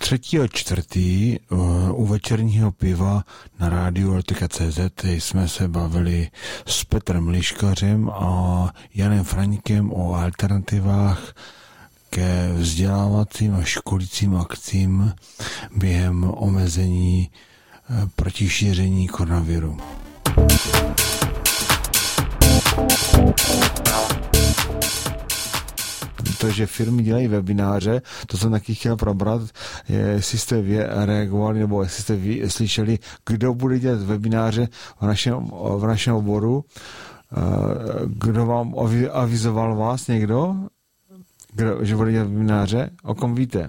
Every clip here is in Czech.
3.4. u večerního piva na rádiu Elektrika.cz jsme se bavili s Petrem Liškařem a Janem Fraňkem o alternativách ke vzdělávacím a školicím akcím během omezení proti šíření koronaviru. To, že firmy dělají webináře, to jsem taky chtěl probrat, jestli jste reagovali, nebo jestli jste slyšeli, kdo bude dělat webináře v našem oboru, kdo vám avizoval vás někdo, že bude dělat webináře, o kom víte?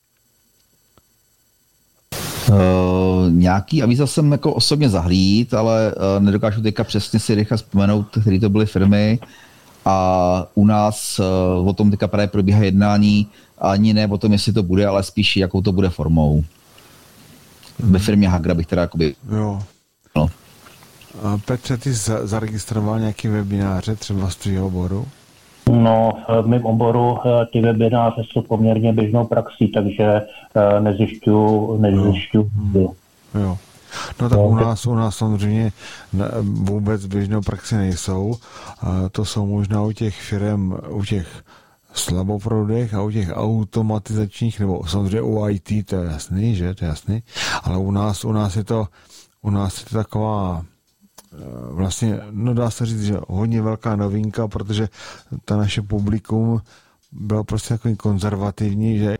Nějaký avíza jsem jako osobně zahlíd, ale nedokážu teďka přesně si rychle vzpomenout, které to byly firmy. A u nás o tom teďka právě probíhá jednání, ani ne o tom, jestli to bude, ale spíš jakou to bude formou. Ve firmě Hagra bych teda jakoby... Jo. No. A Petře, ty zaregistroval nějaký webináře třeba z tvého oboru? No, v mém oboru ty webináře jsou poměrně běžnou praxí, takže nezjišťuju. Jo. No tak u nás samozřejmě vůbec běžnou praxi nejsou. To jsou možná u těch firem, u těch slaboproudech a u těch automatizačních, nebo samozřejmě u IT, to je jasný, že? To je jasný. Ale u nás je to taková vlastně, no dá se říct, že hodně velká novinka, protože ta naše publikum bylo prostě takový konzervativní, že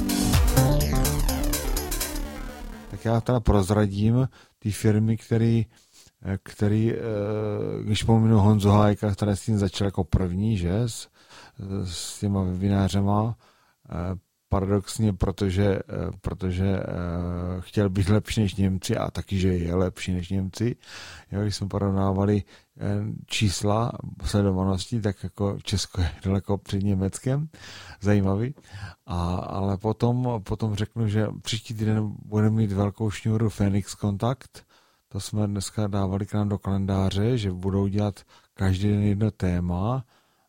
tak já teda prozradím ty firmy, který když pominu Honzu Hájka, který s tím začal jako první, že, s těma webinářema, paradoxně, protože chtěl být lepší než Němci a taky, že je lepší než Němci. Jo, když jsme porovnávali čísla sledovanosti, tak jako Česko je daleko před Německem. Zajímavý. Ale potom řeknu, že příští týden budeme mít velkou šňůru Phoenix Kontakt. To jsme dneska dávali k nám do kalendáře, že budou dělat každý den jedno téma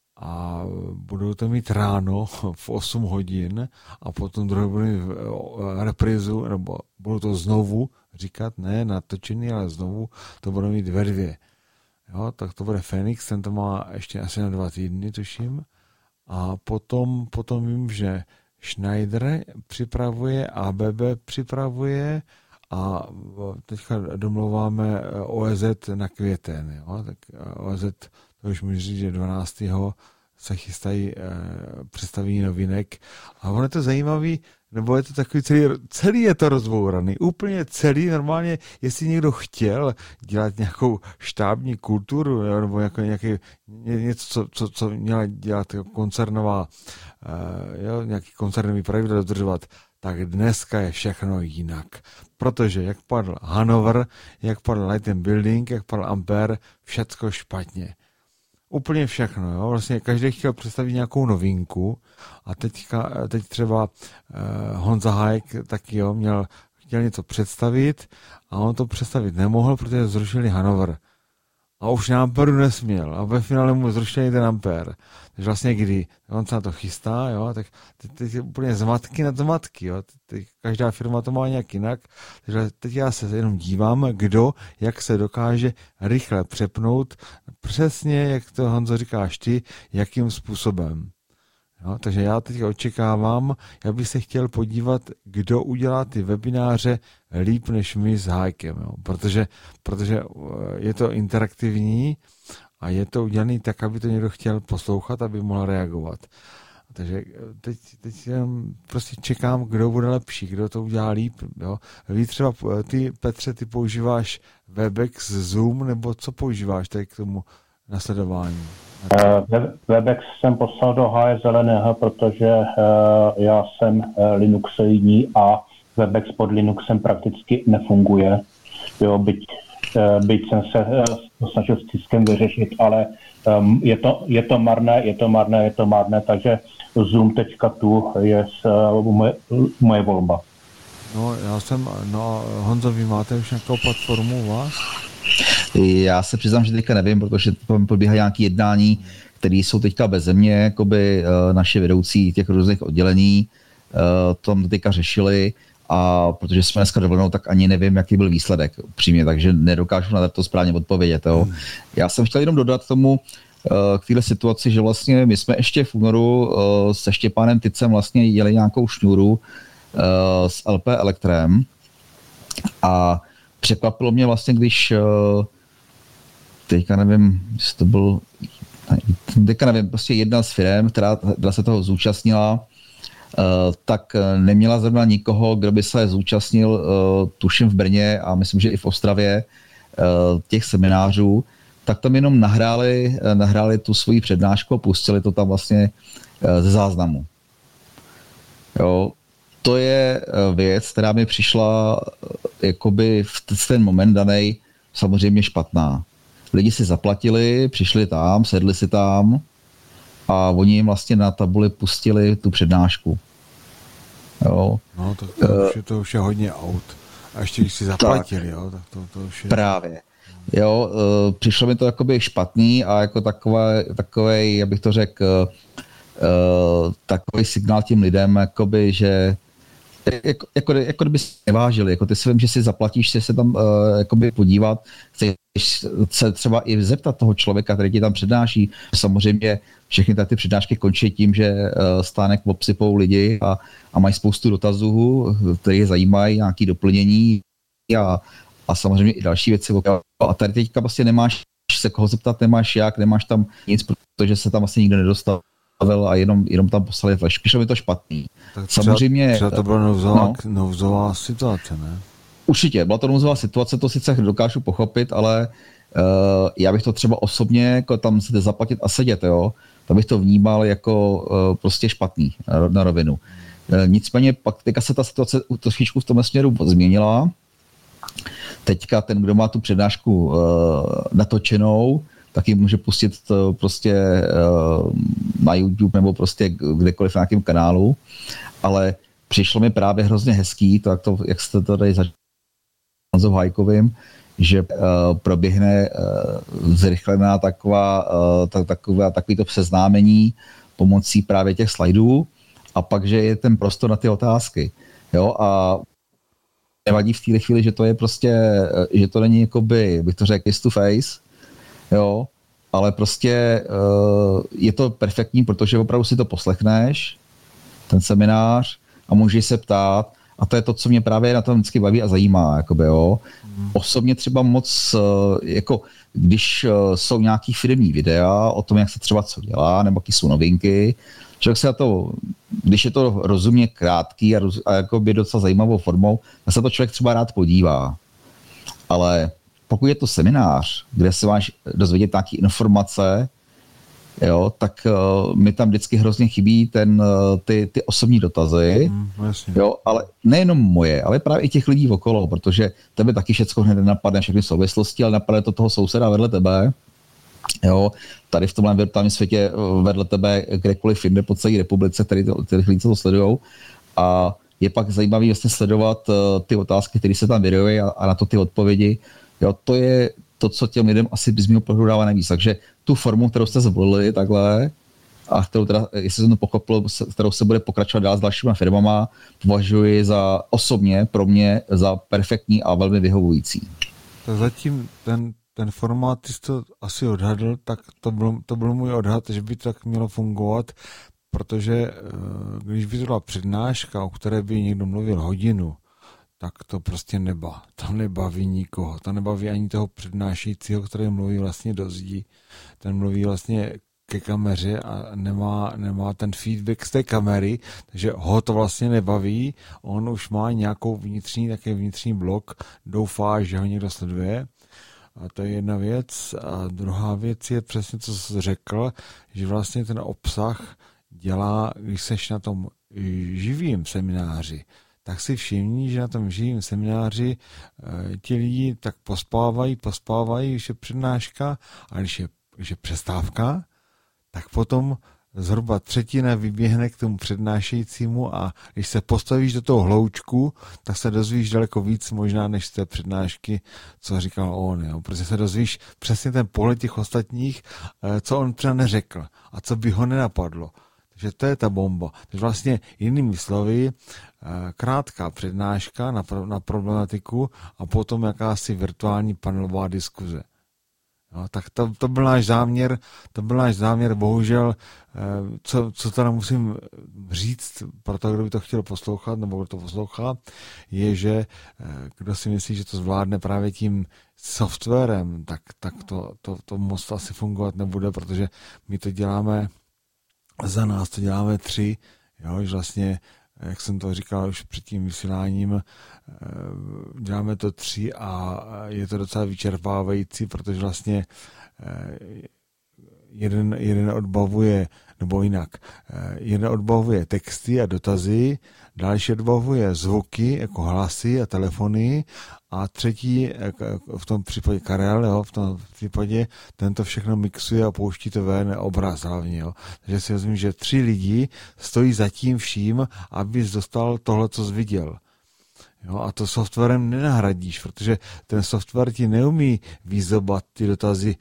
a budou to mít ráno v 8 hodin a potom druhé budou mít reprizu, nebo budou to znovu říkat, ne natočený, ale znovu to budou mít ve 2. Jo, tak to bude Phoenix, ten to má ještě asi na 2 týdny, tuším. A potom vím, že Schneider připravuje, ABB připravuje a teďka domlouváme OEZ na květen. Jo? Tak OEZ, to už můžu říct, že 12. se chystají představení novinek. A ono je to zajímavý, nebo je to takový celý je to rozbouraný, úplně celý, normálně, jestli někdo chtěl dělat nějakou štábní kulturu, nebo něco, co měla dělat koncernová, nějaký koncernový pravidla dodržovat, tak dneska je všechno jinak. Protože jak padl Hanover, jak padl Light & Building, jak padl Ampere, všecko špatně. Úplně všechno, jo. Vlastně každý chtěl představit nějakou novinku a teď třeba Honza Hájek taky chtěl něco představit a on to představit nemohl, protože zrušili Hanover. A už na Amperu nesměl. A ve finále mu zrušili ten Ampere. Takže vlastně kdy on se na to chystá, jo, tak teď je úplně zmatky nad zmatky, jo. Teď každá firma to má nějak jinak. Takže teď já se jenom dívám, jak se dokáže rychle přepnout přesně, jak to Honzo říkáš ty, jakým způsobem. Jo, takže já teď očekávám, já bych se chtěl podívat, kdo udělá ty webináře líp než my s Hájkem, jo. Protože je to interaktivní a je to udělané tak, aby to někdo chtěl poslouchat, aby mohl reagovat. Takže teď prostě čekám, kdo bude lepší, kdo to udělá líp. Jo. Ví třeba ty, Petře, ty používáš Webex, Zoom, nebo co používáš tady k tomu nasledování? Webex jsem poslal do háje zeleného, protože já jsem Linuxoidní a Webex pod Linuxem prakticky nefunguje. Jo, byť jsem se snažil s tiskem vyřešit, ale je to marné, takže Zoom teďka tu je moje volba. Honzo, vy máte už nějakou platformu u vás? Já se přiznám, že teďka nevím, protože probíhá nějaké jednání, které jsou teďka bez země, jakoby naše vedoucí těch různých oddělení tam teďka řešili a protože jsme dneska dovolenou, tak ani nevím, jaký byl výsledek upřímně, takže nedokážu na to správně odpovědět. Jo. Já jsem chtěl jenom dodat tomu k téhle situaci, že vlastně my jsme ještě v únoru se Štěpánem Tycem vlastně jeli nějakou šňůru s LP Elektrem a překvapilo mě vlastně, když teďka nevím, jestli to byl prostě jedna z firem, která se toho zúčastnila, tak neměla zrovna nikoho, kdo by se zúčastnil, tuším v Brně a myslím, že i v Ostravě těch seminářů, tak tam jenom nahráli tu svoji přednášku a pustili to tam vlastně ze záznamu. Jo, to je věc, která mi přišla jakoby v ten moment danej samozřejmě špatná. Lidi si zaplatili, přišli tam, sedli si tam a oni jim vlastně na tabuli pustili tu přednášku. Jo. No, to už je hodně out. A ještě když si zaplatili, jo, tak to už je... Právě. Jo, přišlo mi to jakoby špatný a jako takovej, jak bych to řekl, takový signál těm lidem, jakoby, že jako kdyby se nevážili, jako ty si vím, že si zaplatíš se tam jakoby podívat, chceš se třeba i zeptat toho člověka, který ti tam přednáší. Samozřejmě všechny ty přednášky končí tím, že stánek obsypou lidi a mají spoustu dotazů, které je zajímají, nějaké doplnění a samozřejmě i další věci. A tady teďka vlastně nemáš se koho zeptat, nemáš jak, nemáš tam nic, protože se tam vlastně nikdo nedostal a jenom tam poslali flash. Přišlo mi to špatný. Tak samozřejmě, třeba to byla nouzová situace, ne? Určitě, byla to nouzová situace, to sice dokážu pochopit, ale já bych to třeba osobně, jako tam se zaplatit a sedět, jo, to bych to vnímal jako prostě špatný na rovinu. Nicméně pak teďka se ta situace trošičku v tomhle směru změnila. Teďka ten, kdo má tu přednášku natočenou, tak ji může pustit prostě na YouTube nebo prostě kdekoliv na nějakém kanálu, ale přišlo mi právě hrozně hezký, jak jste to tady začali s Hajkovým, že proběhne zrychlená takový to seznámení pomocí právě těch slajdů a pak, že je ten prostor na ty otázky. Jo, a nevadí v té chvíli, že to je prostě, že to není jakoby, bych to řekl, face to face, jo, ale prostě je to perfektní, protože opravdu si to poslechneš, ten seminář, a můžeš se ptát, a to je to, co mě právě na tom vždycky baví a zajímá, jakoby, jo. Osobně třeba moc, jako když jsou nějaký firemní videa o tom, jak se třeba co dělá, nebo jaký jsou novinky, člověk se na to, když je to rozumně krátký a jakoby docela zajímavou formou, tak se to člověk třeba rád podívá. Ale pokud je to seminář, kde se máš dozvědět nějaké informace, jo, tak mi tam vždycky hrozně chybí ty osobní dotazy, jo, ale nejenom moje, ale právě i těch lidí okolo, protože tebe taky všecko hned nenapadne, všechny souvislosti, ale napadne to toho souseda vedle tebe, jo, tady v tomhle virtuálním světě vedle tebe kdekoliv jinde po celé republice, který lidi to sledujou, a je pak zajímavý vlastně sledovat ty otázky, které se tam vyrojí a na to ty odpovědi. Jo, to je to, co těm lidem asi z mého pohledu dává nejvíc. Takže tu formu, kterou jste zvolili takhle, a kterou teda, jestli jsem to pochopil, kterou se bude pokračovat dál s dalšíma firmama, považuji za osobně pro mě za perfektní a velmi vyhovující. Tak zatím ten formát, ty jsi to asi odhadl, tak to byl můj odhad, že by to tak mělo fungovat, protože když by to byla přednáška, o které by někdo mluvil hodinu, tak to prostě to nebaví nikoho. To nebaví ani toho přednášejícího, který mluví vlastně do zdí. Ten mluví vlastně ke kameře a nemá ten feedback z té kamery, takže ho to vlastně nebaví. On už má nějakou vnitřní blok, doufá, že ho někdo sleduje. A to je jedna věc. A druhá věc je přesně, co jsi řekl, že vlastně ten obsah dělá, když seš na tom živým semináři, tak si všimni, že na tom živým semináři ti lidi tak pospávají, když je přednáška, a když je přestávka, tak potom zhruba třetina vyběhne k tomu přednášejícímu a když se postavíš do toho hloučku, tak se dozvíš daleko víc možná než z té přednášky, co říkal on. Jo? Protože se dozvíš přesně ten pohled těch ostatních, co on třeba neřekl a co by ho nenapadlo. Takže to je ta bomba. Takže vlastně jinými slovy, krátká přednáška na problematiku a potom jakási virtuální panelová diskuze. No, tak to byl náš záměr, bohužel, co teda musím říct pro to, kdo by to chtěl poslouchat, nebo kdo to poslouchá, je, že kdo si myslí, že to zvládne právě tím softwarem, tak to moc asi fungovat nebude, protože my to děláme, za nás to děláme 3, jo, že vlastně, jak jsem to říkal už před tím vysíláním, děláme to 3 a je to docela vyčerpávající, protože vlastně jeden odbavuje, nebo jinak, jeden odbavuje texty a dotazy, další odbavuje zvuky, jako hlasy a telefony a třetí, v tom případě Karel, jo, v tom případě tento všechno mixuje a pouští to ven, obraz hlavně. Jo. Takže si vezmím, že 3 lidi stojí za tím vším, abys dostal tohle, co jsi viděl. Jo, a to softwarem nenahradíš, protože ten software ti neumí vyzobat ty dotazy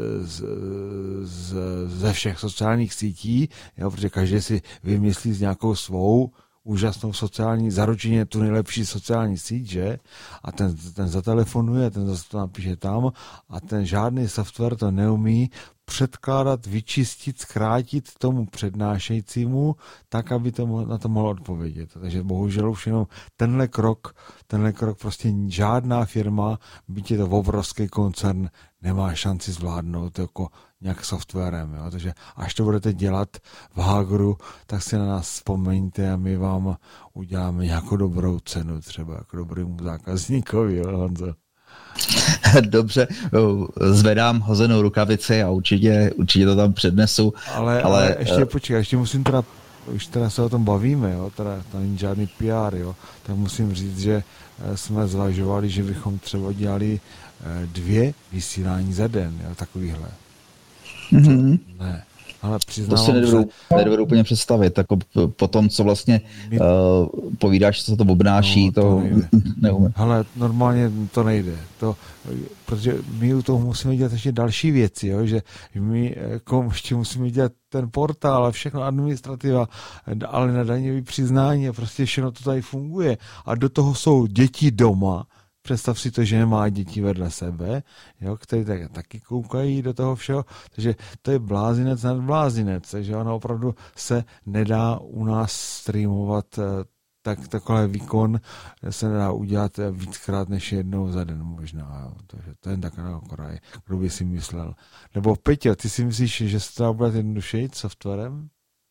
ze všech sociálních sítí, jo, protože každý si vymyslí s nějakou svou úžasnou sociální, zaručeně tu nejlepší sociální síť, že? A ten zatelefonuje, ten zase to napíše tam a ten žádný software to neumí předkládat, vyčistit, zkrátit tomu přednášejícímu, tak, aby na to mohl odpovědět. Takže bohužel už jenom tenhle krok prostě žádná firma, byť je to obrovský koncern, nemá šanci zvládnout jako nějak softwarem. Jo? Takže až to budete dělat v Hageru, tak si na nás vzpomeňte a my vám uděláme nějakou dobrou cenu, třeba jako dobrýmu zákazníkovi, jo, Honzo? Dobře, zvedám hozenou rukavici a určitě to tam přednesu. Ale ještě počkej, ještě musím teda, už teda se o tom bavíme, jo, teda to není žádný PR, jo, tak musím říct, že jsme zvažovali, že bychom třeba dělali 2 vysílání za den, jo, takovýhle. Mm-hmm. Ne. Ale přiznávám, to si nedovedu úplně představit. Jako po tom, co vlastně povídáš, co to obnáší, to neumím. Hele, normálně to nejde. Protože my u toho musíme dělat ještě další věci, jo? Že my ještě musíme dělat ten portál a všechno administrativa, ale na daňový přiznání a prostě všechno to tady funguje. A do toho jsou děti doma. Představ si to, že nemá děti vedle sebe, jo, který taky koukají do toho všeho, takže to je blázinec nad blázinec, takže ono opravdu se nedá u nás streamovat, takový výkon se nedá udělat víckrát než jednou za den možná, jo. Takže to je taková koraj, kdo by si myslel. Nebo Peťo, ty si myslíš, že se to bude jednodušejit softwarem?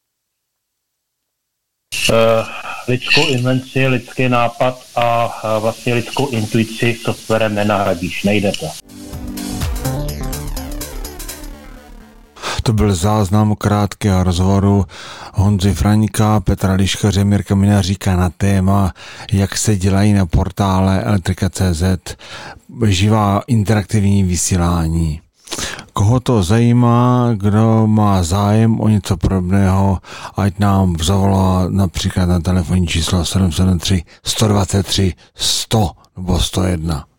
Lidskou invenci, lidský nápad a vlastně lidskou intuici softwarem nenahradíš, nejde to. To byl záznam krátkého rozhovoru Honzy Fraňka, Petra Liškaře, Mirka Minaříka na téma, jak se dělají na portále Elektrika.cz živá interaktivní vysílání. Koho to zajímá, kdo má zájem o něco podobného, ať nám zavolá například na telefonní číslo 773 123 100 nebo 101.